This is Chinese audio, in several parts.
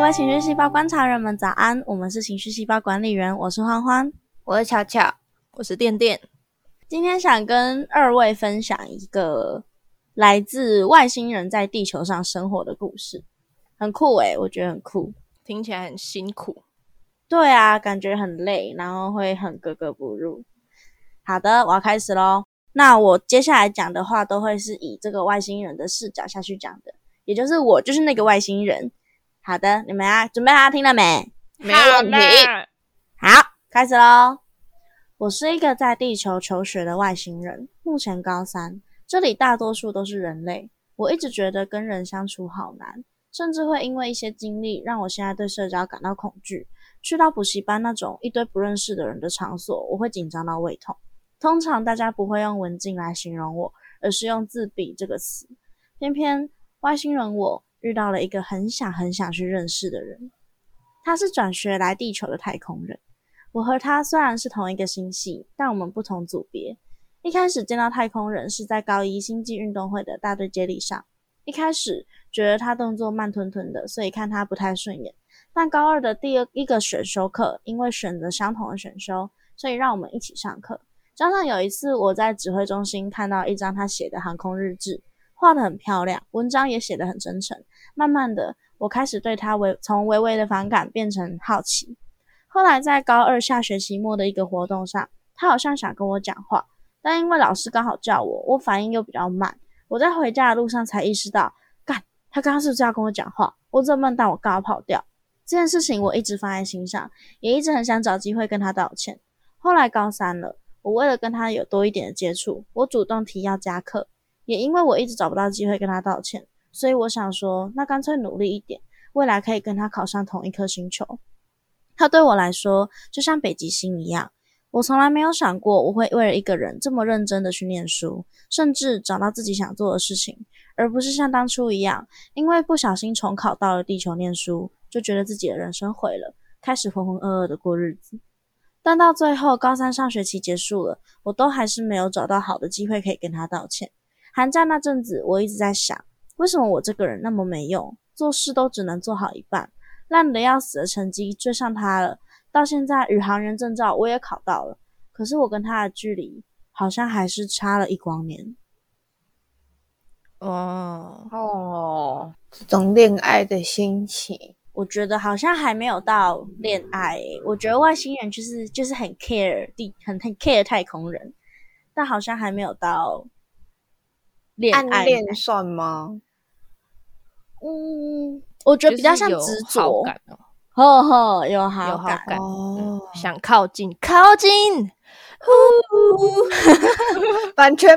位情绪细胞观察人们早安，我们是情绪细胞管理员，我是欢欢， 我是巧巧， 我是电电。 今天想跟二位分享一个来自外星人在地球上生活的故事，很酷欸，我觉得很酷， 听起来很辛苦。 对啊，感觉很累，然后会很格格不入。好的，我要开始咯。那我接下来讲的话都会是以这个外星人的视角下去讲的，也就是我就是那个外星人。好的，你们准备好听了没？ 没问题。 好，开始咯。我是一个在地球求学的外星人，目前高3，这里大多数都是人类。我一直觉得跟人相处好难，甚至会因为一些经历让我现在对社交感到恐惧。去到补习班那种一堆不认识的人的场所，我会紧张到胃痛。通常大家不会用文静来形容我，而是用自闭这个词。偏偏外星人我遇到了一个很想去认识的人。他是转学来地球的太空人。我和他虽然是同一个星系，但我们不同组别。一开始见到太空人是在高一星际运动会的大队接力上。一开始觉得他动作慢吞吞的，所以看他不太顺眼。但高2的第一个选修课，因为选择相同的选修，所以让我们一起上课。加上有一次我在指挥中心看到一张他写的航空日志，画得很漂亮，文章也写得很真诚。慢慢的，我开始对他从微微的反感变成好奇。后来在高2下学期末的一个活动上，他好像想跟我讲话，但因为老师刚好叫我反应又比较慢，我在回家的路上才意识到，干，他刚刚是不是要跟我讲话？我这么笨蛋，我刚好跑掉。这件事情我一直放在心上，也一直很想找机会跟他道歉。后来高3了，我为了跟他有多一点的接触，我主动提要加课，也因为我一直找不到机会跟他道歉，所以我想说，那干脆努力一点，未来可以跟他考上同一颗星球。他对我来说就像北极星一样，我从来没有想过我会为了一个人这么认真的去念书，甚至找到自己想做的事情，而不是像当初一样，因为不小心重考到了地球念书，就觉得自己的人生毁了，开始浑浑噩噩的过日子。但到最后高3上学期结束了，我都还是没有找到好的机会可以跟他道歉。寒假那阵子我一直在想，为什么我这个人那么没用，做事都只能做好一半，烂得要死的成绩追上他了，到现在宇航员证照我也考到了，可是我跟他的距离好像还是差了一光年。 这种恋爱的心情， 我觉得好像还没有到恋爱我觉得外星人就是很 care 很 care 太空人，但好像还没有到恋爱。 暗恋算吗？ 我觉得比较像执着， 好感哦，有好感想靠近版权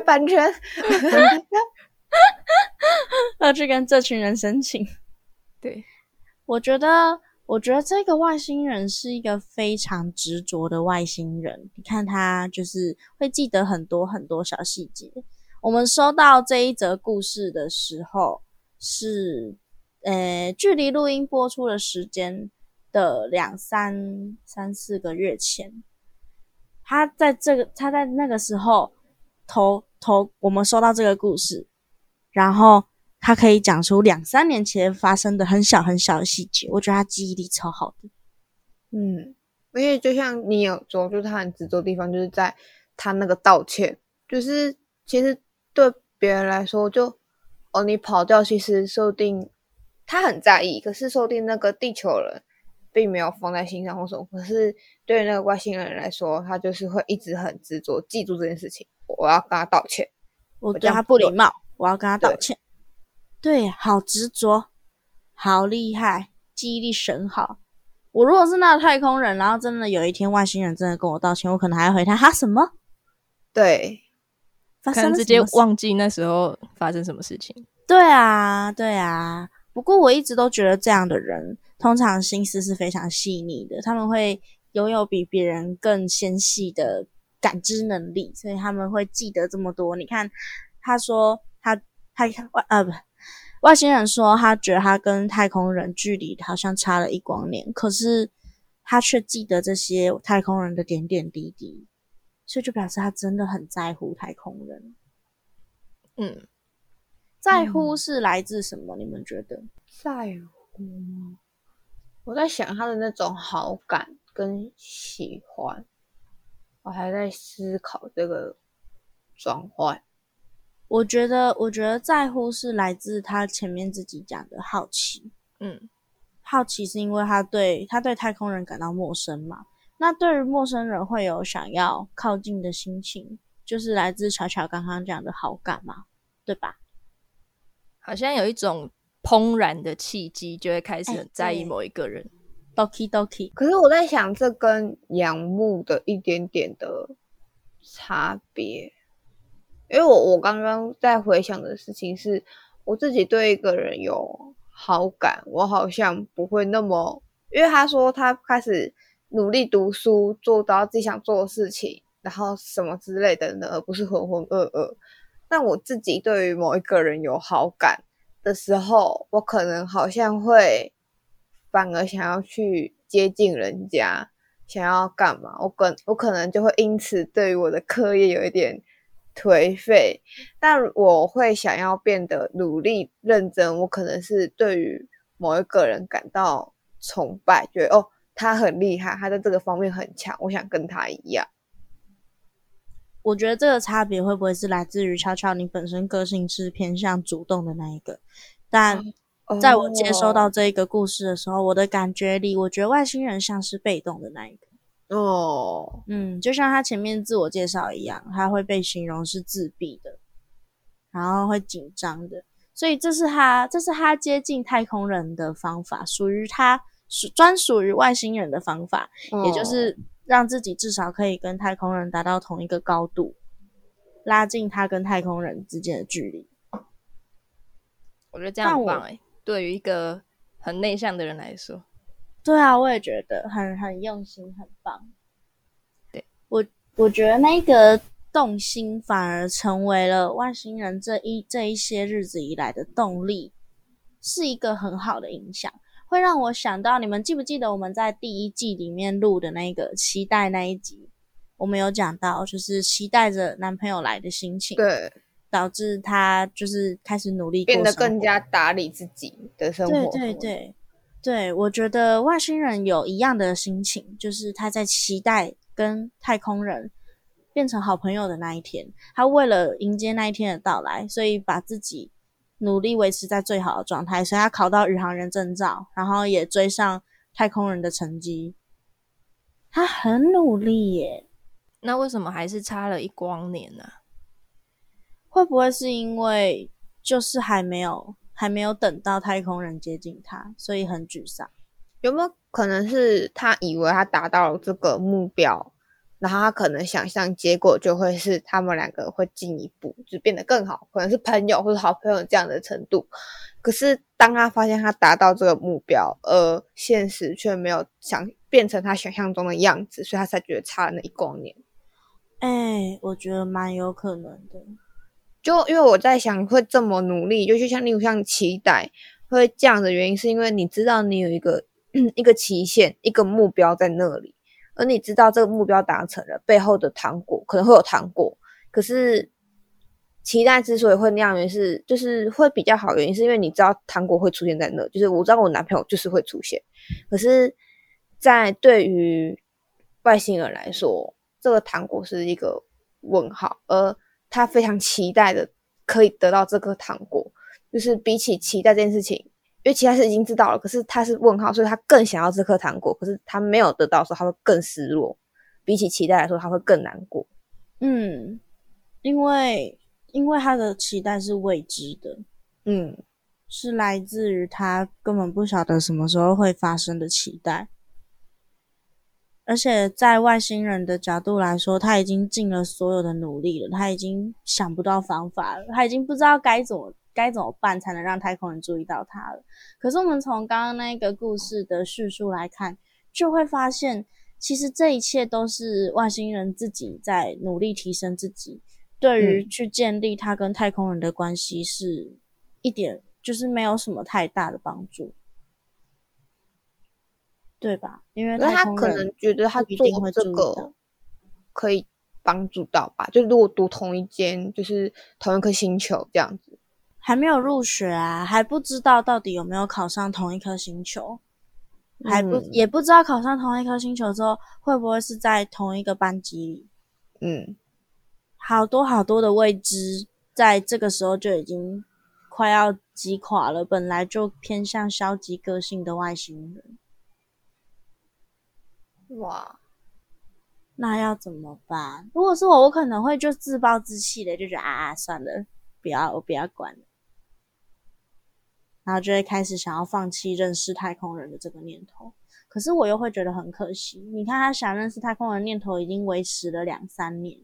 要去跟这群人申请。 对， 我觉得这个外星人是一个非常执着的外星人，你看他就是会记得很多很多小细节。我们收到这一则故事的时候是距离录音播出的时间的三四个月前。他在那个时候我们收到这个故事，然后他可以讲出2-3年前发生的很小很小的细节，我觉得他记忆力超好的。 因为就像你有说，就是他很执着的地方就是在他那个道歉，就是其实对别人来说就你跑掉，其实说不定他很在意，可是说不定那个地球人并没有放在心上或什么，可是对于那个外星人来说，他就是会一直很执着记住这件事情，我要跟他道歉， 我对他不礼貌，我要跟他道歉。对，好执着，好厉害，记忆力神好。我如果是那个太空人，然后真的有一天外星人真的跟我道歉，我可能还会回他什么？ 对， 可能直接忘记那时候发生什么事情。 对啊，不过我一直都觉得这样的人通常心思是非常细腻的，他们会拥有比别人更纤细的感知能力，所以他们会记得这么多。你看他说外星人说他觉得他跟太空人距离好像差了一光年，可是他却记得这些太空人的点点滴滴，所以就表示他真的很在乎太空人。在乎是来自什么？你们觉得？ 在乎吗？ 我在想他的那种好感跟喜欢，我还在思考这个转换。 我觉得在乎是来自他前面自己讲的好奇。好奇是因为他对太空人感到陌生嘛，那对于陌生人会有想要靠近的心情，就是来自巧巧刚刚讲的好感嘛，对吧？ 好像有一种怦然的契机，就会开始很在意某一个人。 Doki Doki。 可是我在想，这跟仰慕的一点点的差别，因为我刚刚在回想的事情是，我自己对一个人有好感，我好像不会那么，因为他说他开始努力读书，做到自己想做的事情，然后什么之类的呢，而不是浑浑噩噩。但我自己对于某一个人有好感的时候，我可能好像会反而想要去接近人家，想要干嘛，我可能就会因此对于我的课业有一点颓废，但我会想要变得努力认真，我可能是对于某一个人感到崇拜，觉得他很厉害，他在这个方面很强，我想跟他一样。 我觉得这个差别会不会是来自于巧巧你本身个性是偏向主动的那一个，但在我接收到这一个故事的时候，我的感觉里，我觉得外星人像是被动的那一个。就像他前面自我介绍一样，他会被形容是自闭的，然后会紧张的，所以这是他接近太空人的方法，属于他专属于外星人的方法，也就是让自己至少可以跟太空人达到同一个高度，拉近他跟太空人之间的距离。 我觉得这样很棒对于一个很内向的人来说。 对啊，我也觉得很用心，很棒。 对， 我觉得那个动心反而成为了外星人这一些日子以来的动力，是一个很好的影响，会让我想到，你们记不记得我们在第一季里面录的那个期待那一集，我们有讲到就是期待着男朋友来的心情， 对， 导致他就是开始努力过变得更加打理自己的生活。 对，我觉得外星人有一样的心情，就是他在期待跟太空人变成好朋友的那一天，他为了迎接那一天的到来，所以把自己努力维持在最好的状态，所以他考到宇航员证照，然后也追上太空人的成绩，他很努力耶。 那为什么还是差了1光年呢？ 会不会是因为就是还没有等到太空人接近他，所以很沮丧？ 有没有可能是他以为他达到了这个目标，然后他可能想象结果就会是他们两个会进一步，就变得更好，可能是朋友或者好朋友这样的程度。可是当他发现他达到这个目标，而现实却没有变成他想象中的样子，所以他才觉得差了那1光年。 我觉得蛮有可能的。 就因为我在想会这么努力，就像例如像期待会这样的原因，是因为你知道你有一个期限，一个目标在那里，而你知道这个目标达成了，背后的糖果可能会有糖果，可是期待之所以会那样，原因是就是会比较好，原因是因为你知道糖果会出现在那，就是我知道我男朋友就是会出现，可是在对于外星人来说，这个糖果是一个问号，而他非常期待的可以得到这个糖果，就是比起期待这件事情，因为其他是已经知道了，可是他是问号，所以他更想要这颗糖果，可是他没有得到的时候他会更失落，比起期待来说他会更难过。 因为他的期待是未知的，是来自于他根本不晓得什么时候会发生的期待。而且在外星人的角度来说，他已经尽了所有的努力了，他已经想不到方法了，他已经不知道该怎么办才能让太空人注意到他了。可是我们从刚刚那个故事的叙述来看，就会发现其实这一切都是外星人自己在努力提升自己，对于去建立他跟太空人的关系是一点就是没有什么太大的帮助，对吧？因为他可能觉得他做这个可以帮助到吧，就如果读同一间就是同一颗星球这样子， 还没有入学啊，还不知道到底有没有考上同一颗星球。 也不知道考上同一颗星球之后会不会是在同一个班级里。好多好多的未知，在这个时候就已经快要击垮了本来就偏向消极个性的外星人。 哇， 那要怎么办？如果是我可能会就自暴自弃的，就觉得算了，我不要管了，然后就会开始想要放弃认识太空人的这个念头。可是我又会觉得很可惜，你看他想认识太空人的念头已经维持了2-3年。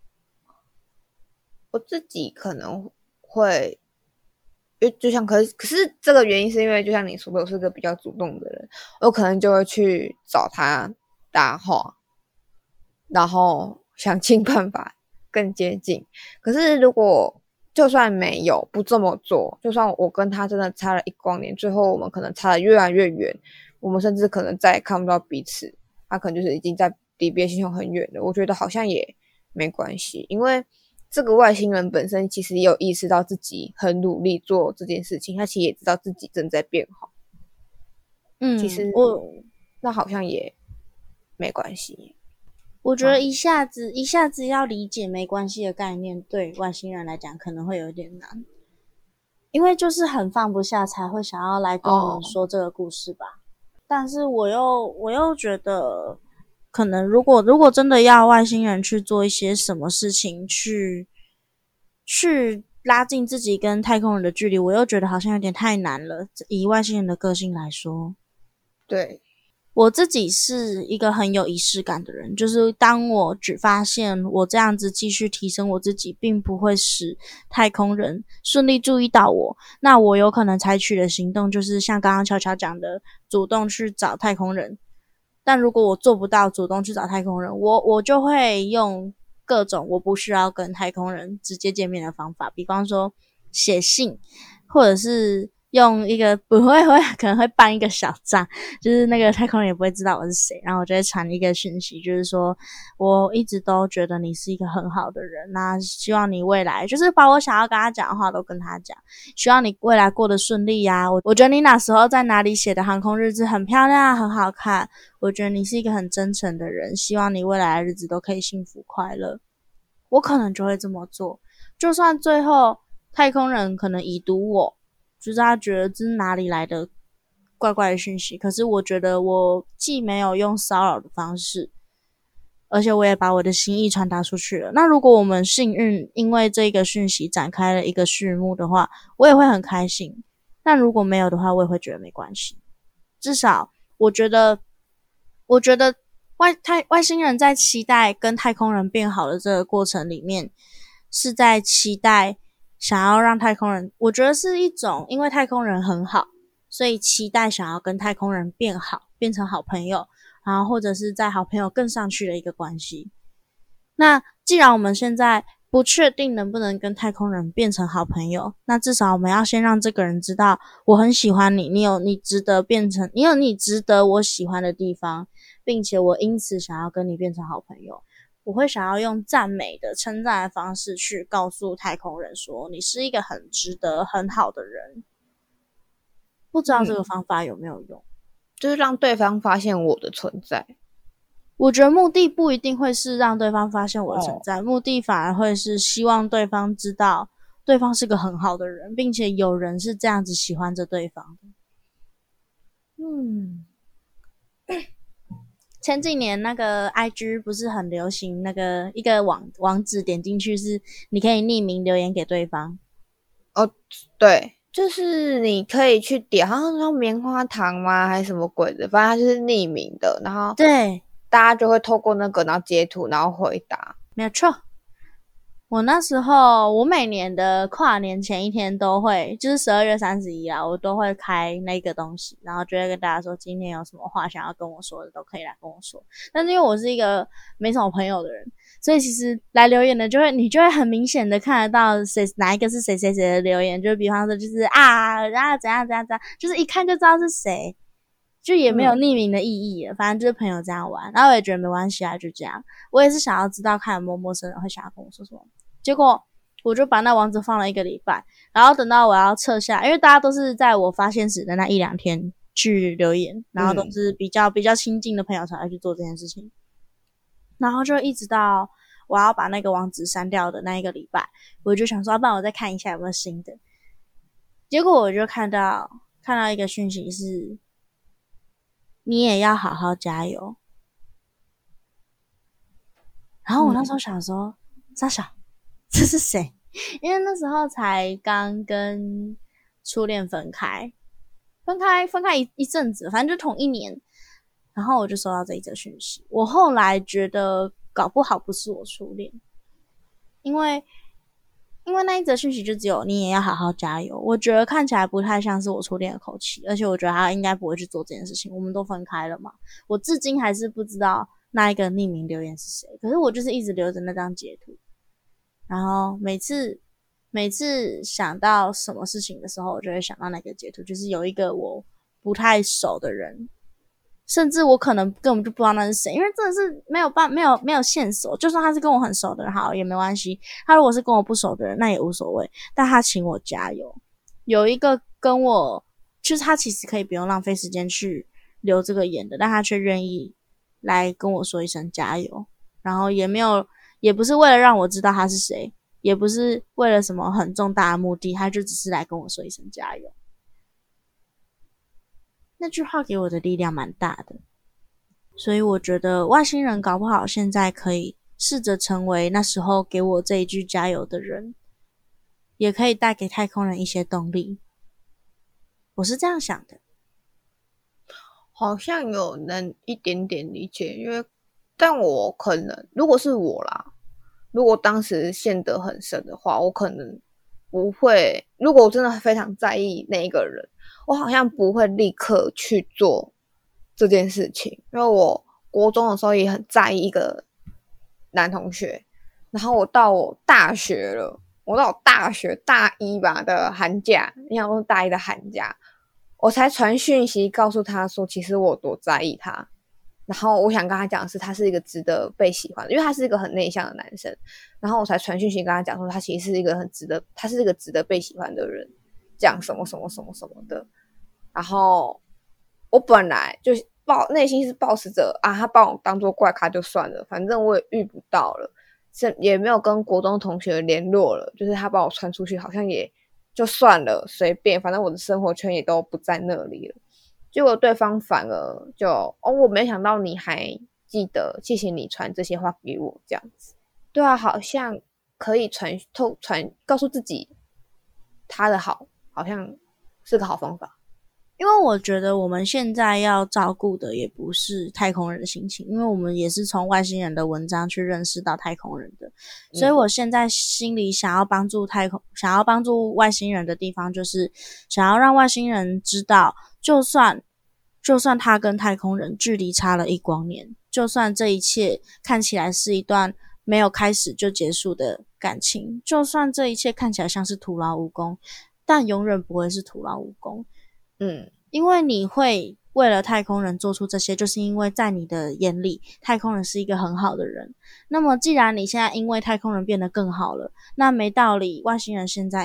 我自己可能会，因为就像可是这个原因是因为就像你说的，我是个比较主动的人，我可能就会去找他搭话，然后想尽办法更接近。可是如果就算没有不这么做，就算我跟他真的差了1光年，最后我们可能差得越来越远，我们甚至可能再也看不到彼此，他可能就是已经在离别星球很远了，我觉得好像也没关系，因为这个外星人本身其实也有意识到自己很努力做这件事情，他其实也知道自己正在变好。其实那好像也没关系。 我觉得一下子要理解没关系的概念，对外星人来讲可能会有点难，因为就是很放不下才会想要来跟我们说这个故事吧。但是我又觉得，可能如果真的要外星人去做一些什么事情，去拉近自己跟太空人的距离，我又觉得好像有点太难了。以外星人的个性来说， 对， 我自己是一个很有仪式感的人，就是当我只发现我这样子继续提升我自己，并不会使太空人顺利注意到我，那我有可能采取的行动就是像刚刚悄悄讲的，主动去找太空人。但如果我做不到主动去找太空人，我就会用各种我不需要跟太空人直接见面的方法，比方说写信，或者是用一个可能会办一个小账，就是那个太空人也不会知道我是谁，然后我就会传一个讯息，就是说我一直都觉得你是一个很好的人，那希望你未来就是把我想要跟他讲的话都跟他讲，希望你未来过得顺利呀。我觉得你那时候在哪里写的航空日志很漂亮很好看，我觉得你是一个很真诚的人，希望你未来的日子都可以幸福快乐。我可能就会这么做，就算最后太空人可能已读我，就是他觉得这是哪里来的怪怪的讯息，可是我觉得我既没有用骚扰的方式，而且我也把我的心意传达出去了。那如果我们幸运因为这个讯息展开了一个序幕的话，我也会很开心。但如果没有的话，我也会觉得没关系。至少我觉得外星人在期待跟太空人变好的这个过程里面，是在期待想要让太空人，我觉得是一种因为太空人很好，所以期待想要跟太空人变好，变成好朋友，然后或者是在好朋友更上去的一个关系。那既然我们现在不确定能不能跟太空人变成好朋友，那至少我们要先让这个人知道我很喜欢你，你有你值得我喜欢的地方，并且我因此想要跟你变成好朋友。我会想要用赞美的称赞的方式去告诉太空人说你是一个很值得很好的人。不知道这个方法有没有用， 就是让对方发现我的存在。 我觉得目的不一定会是让对方发现我的存在，目的反而会是希望对方知道对方是个很好的人，并且有人是这样子喜欢着对方的。前几年那个 IG 不是很流行那个一个网址点进去是你可以匿名留言给对方。 对，就是你可以去点，好像说棉花糖吗还是什么鬼的，反正它就是匿名的，然后对大家就会透过那个然后截图然后回答。 没有错。我那时候我每年的跨年前一天都会，就是12月31啊，我都会开那个东西，然后就会跟大家说今天有什么话想要跟我说的都可以来跟我说。但是因为我是一个没什么朋友的人，所以其实来留言的你就会很明显的看得到哪一个是谁谁谁的留言，就比方说就是怎样，就是一看就知道是谁，就也没有匿名的意义了，反正就是朋友这样玩，然后我也觉得没关系啊，就这样。我也是想要知道看有没有陌生人会想要跟我说什么，结果我就把那网址放了1个礼拜，然后等到我要撤下，因为大家都是在我发现时的那1-2天去留言，然后都是比较亲近的朋友才会去做这件事情。然后就一直到我要把那个网址删掉的那一个礼拜，我就想说，不然我再看一下有没有新的。结果我就看到一个讯息是，你也要好好加油。然后我那时候想说，傻小，这是谁？因为那时候才刚跟初恋分开一阵子，反正就同一年。然后我就收到这一则讯息，我后来觉得搞不好不是我初恋，因为那一则讯息就只有你也要好好加油，我觉得看起来不太像是我初恋的口气，而且我觉得他应该不会去做这件事情，我们都分开了嘛。我至今还是不知道那一个匿名留言是谁，可是我就是一直留着那张截图，然后每次想到什么事情的时候，我就会想到那个截图，就是有一个我不太熟的人，甚至我可能根本就不知道那是谁，因为真的是没有线索。就算他是跟我很熟的人，好也没关系。他如果是跟我不熟的人，那也无所谓。但他请我加油。有一个跟我，就是他其实可以不用浪费时间去留这个言的，但他却愿意来跟我说一声加油，然后也不是为了让我知道他是谁，也不是为了什么很重大的目的，他就只是来跟我说一声加油。那句话给我的力量蛮大的，所以我觉得外星人搞不好现在可以试着成为那时候给我这一句加油的人，也可以带给太空人一些动力。我是这样想的。 好像有能一点点理解，因为但我可能如果是我啦，如果当时陷得很深的话，我可能不会，如果我真的非常在意那一个人，我好像不会立刻去做这件事情。因为我国中的时候也很在意一个男同学，然后我到我大学大一吧的寒假，你想说大一的寒假，我才传讯息告诉他说其实我多在意他。然后我想跟他讲的是，他是一个值得被喜欢的，因为他是一个很内向的男生。然后我才传讯息跟他讲说，他其实是一个他是一个值得被喜欢的人，讲什么什么什么什么的。然后我本来就内心是抱持着他把我当作怪咖就算了，反正我也遇不到了，也没有跟国中同学联络了，就是他把我传出去，好像也就算了，随便，反正我的生活圈也都不在那里了。结果对方反而就我没想到你还记得，谢谢你传这些话给我，这样子。对啊，好像可以传告诉自己他的好，好像是个好方法。 因为我觉得我们现在要照顾的也不是太空人的心情，因为我们也是从外星人的文章去认识到太空人的，所以我现在心里想要帮助外星人的地方，就是想要让外星人知道，就算他跟太空人距离差了1光年，就算这一切看起来是一段没有开始就结束的感情，就算这一切看起来像是徒劳无功，但永远不会是徒劳无功。因为你会为了太空人做出这些，就是因为在你的眼里，太空人是一个很好的人。那么既然你现在因为太空人变得更好了，那没道理外星人现在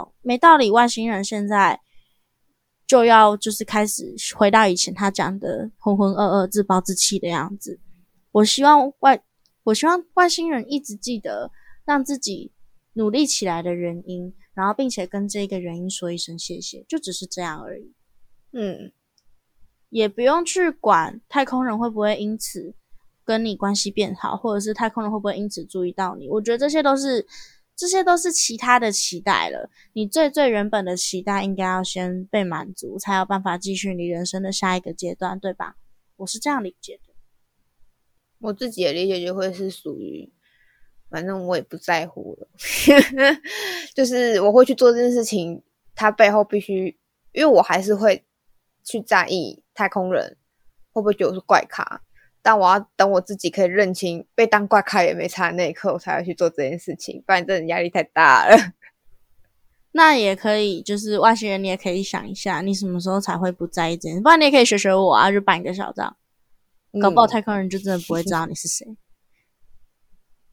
就要就是开始回到以前他讲的浑浑噩噩自暴自弃的样子。我希望外星人一直记得让自己努力起来的原因，然后并且跟这个原因说一声谢谢，就只是这样而已。也不用去管太空人会不会因此跟你关系变好，或者是太空人会不会因此注意到你。我觉得这些都是其他的期待了，你最原本的期待应该要先被满足，才有办法继续你人生的下一个阶段，对吧？我是这样理解的。 我自己的理解就会是属于反正我也不在乎了就是我会去做这件事情，它背后必须，因为我还是会去在意太空人会不会觉得我是怪咖，但我要等我自己可以认清被当怪咖也没差的那一刻，我才会去做这件事情，不然真的压力太大了。 那也可以，就是外星人你也可以想一下，你什么时候才会不在意这件事，不然你也可以学我啊，就办一个小账，搞不好太空人就真的不会知道你是谁。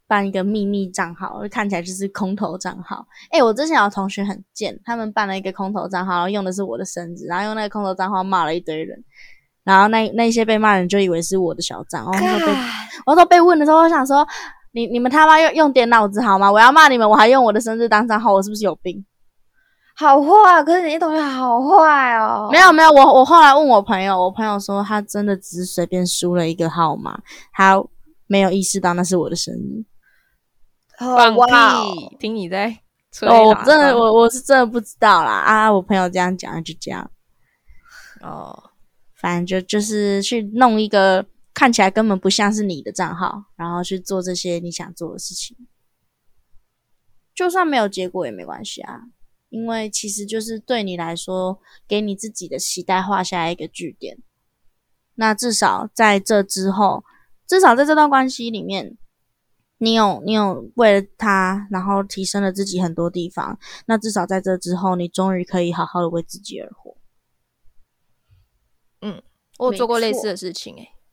办一个秘密账号，看起来就是空头账号。我之前有同学很贱，他们办了一个空头账号，然后用的是我的生日，然后用那个空头账号骂了一堆人，然后那些被骂的人就以为是我的小账，然后我都被问的时候，我想说你们他妈用点脑子好吗？我要骂你们，我还用我的生日当账号，我是不是有病？ 好坏，可是你同学好坏哦。 没有，我后来问我朋友，我朋友说他真的只是随便输了一个号码，他没有意识到那是我的生日。 放哇屁！听你在吹我喇叭真的我是真的不知道啦啊！我朋友这样讲就这样哦， 反正就是去弄一个看起来根本不像是你的账号，然后去做这些你想做的事情，就算没有结果也没关系啊。因为其实就是对你来说，给你自己的期待画下一个句点。那至少在这之后，至少在这段关系里面，你有为了他，然后提升了自己很多地方。那至少在这之后，你终于可以好好的为自己而活。 我有做过类似的事情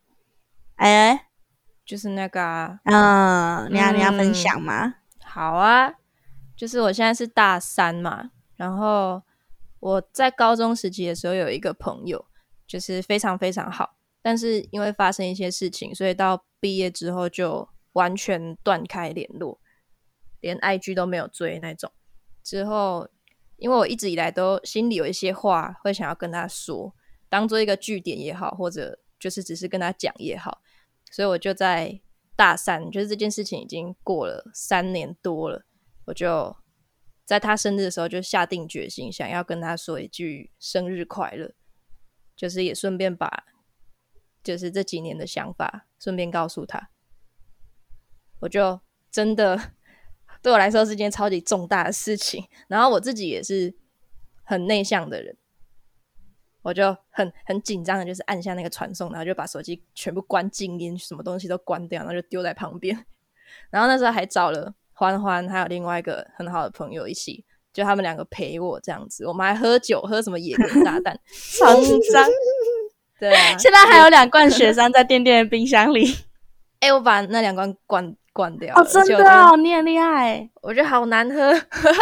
就是那个你要分享吗？ 好啊。就是我现在是大3嘛，然后我在高中时期的时候有一个朋友，就是非常非常好，但是因为发生一些事情，所以到毕业之后就完全断开联络，连 IG 都没有追那种。之后因为我一直以来都心里有一些话会想要跟他说，当做一个据点也好，或者就是只是跟他讲也好，所以我就在大3，就是这件事情已经过了3年多了，我就在他生日的时候就下定决心想要跟他说一句生日快乐，就是也顺便把就是这几年的想法顺便告诉他。我就真的对我来说是件超级重大的事情，然后我自己也是很内向的人，我就很紧张的就是按下那个传送，然后就把手机全部关静音，什么东西都关掉，然后就丢在旁边。然后那时候还找了欢欢还有另外一个很好的朋友一起，就他们两个陪我这样子，我们还喝酒，喝什么野格炸弹超紧张。 对啊， 现在还有2罐雪山在店的冰箱里。 我把那2罐灌掉了。 真的哦，你很厉害。 我觉得好难喝。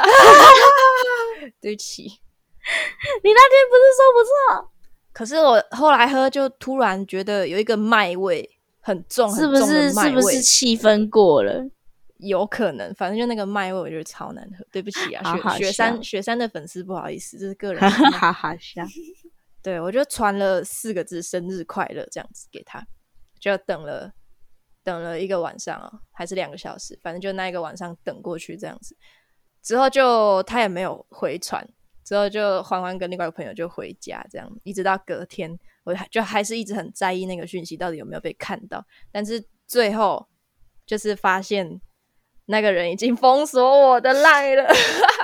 对不起。 你那天不是说不错？ 可是我后来喝就突然觉得有一个麦味很重很重的麦味， 是不是气氛过了？ 有可能，反正就那个麦味我觉得超难喝，对不起啊。 好好雪山的粉丝不好意思，这是个人好好笑。 对，我就传了4个字生日快乐这样子给他，就等了1个晚上还是2个小时，反正就那一个晚上等过去这样子。之后就他也没有回传，之后就欢欢跟另外一个朋友就回家，这样一直到隔天，我就还是一直很在意那个讯息到底有没有被看到，但是最后就是发现那个人已经封锁我的 LINE 了。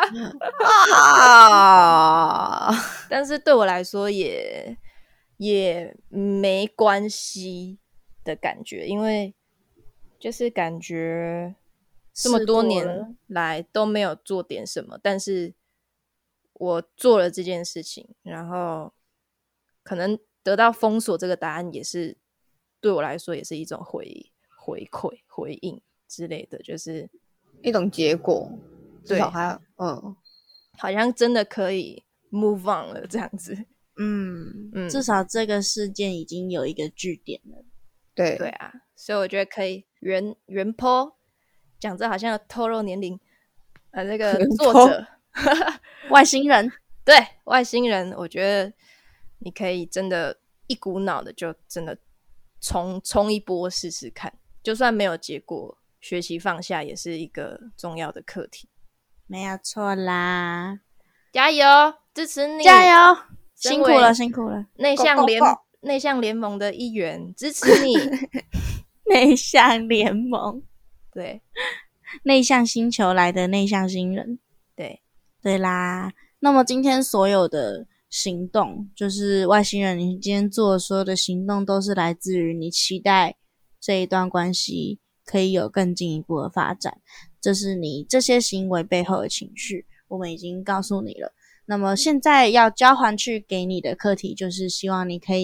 但是对我来说也没关系的感觉，因为就是感觉这么多年来都没有做点什么，但是我做了这件事情，然后可能得到封锁这个答案也是对我来说也是一种回馈回应之类的，就是一种结果。至少还有好像真的可以 move on 了这样子。 至少这个事件已经有一个句点了。 对啊，所以我觉得可以原 po 讲这好像透露年龄。那个作者外星人， 对，外星人，我觉得你可以真的一股脑的就真的冲一波试试看，就算没有结果，学习放下也是一个重要的课题。 没有错啦， 加油，支持你， 加油，辛苦了辛苦了。 内向联盟的一员，支持你。 内向联盟， 对， 内向星球来的内向星人。对啦，那么今天所有的行动，就是外星人你今天做的所有的行动，都是来自于你期待这一段关系可以有更进一步的发展，这是你这些行为背后的情绪，我们已经告诉你了。那么现在要交还去给你的课题，就是希望你可以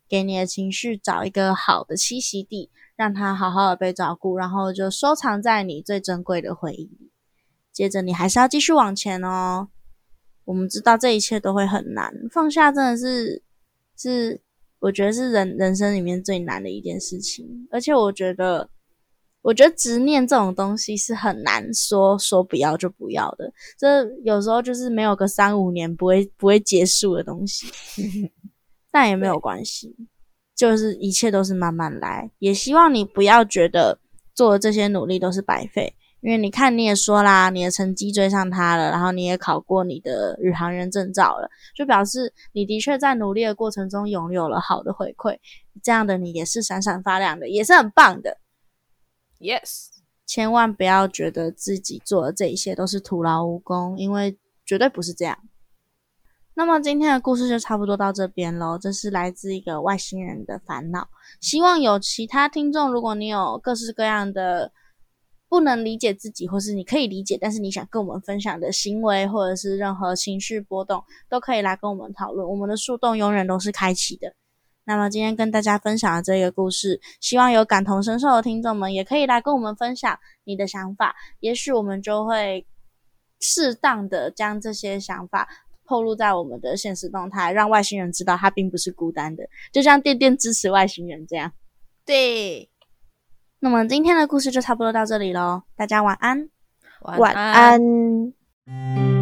给你的情绪找一个好的栖息地，让它好好的被照顾，然后就收藏在你最珍贵的回忆里。接着你还是要继续往前哦。我们知道这一切都会很难，放下真的是我觉得是人生里面最难的一件事情。而且我觉得执念这种东西是很难说不要就不要的，这有时候就是没有个3-5年不会结束的东西。但也没有关系，就是一切都是慢慢来。也希望你不要觉得做的这些努力都是白费，因为你看你也说啦，你的成绩追上他了，然后你也考过你的宇航员证照了，就表示你的确在努力的过程中拥有了好的回馈，这样的你也是闪闪发亮的，也是很棒的。 Yes， 千万不要觉得自己做的这一切都是徒劳无功，因为绝对不是这样。那么今天的故事就差不多到这边咯，这是来自一个外星人的烦恼。希望有其他听众，如果你有各式各样的不能理解自己，或是你可以理解但是你想跟我们分享的行为，或者是任何情绪波动，都可以来跟我们讨论，我们的树洞永远都是开启的。那么今天跟大家分享的这个故事，希望有感同身受的听众们也可以来跟我们分享你的想法，也许我们就会适当的将这些想法透露在我们的现实动态，让外星人知道他并不是孤单的，就像电电支持外星人这样。 对， 那么今天的故事就差不多到这里咯，大家晚安。 晚安。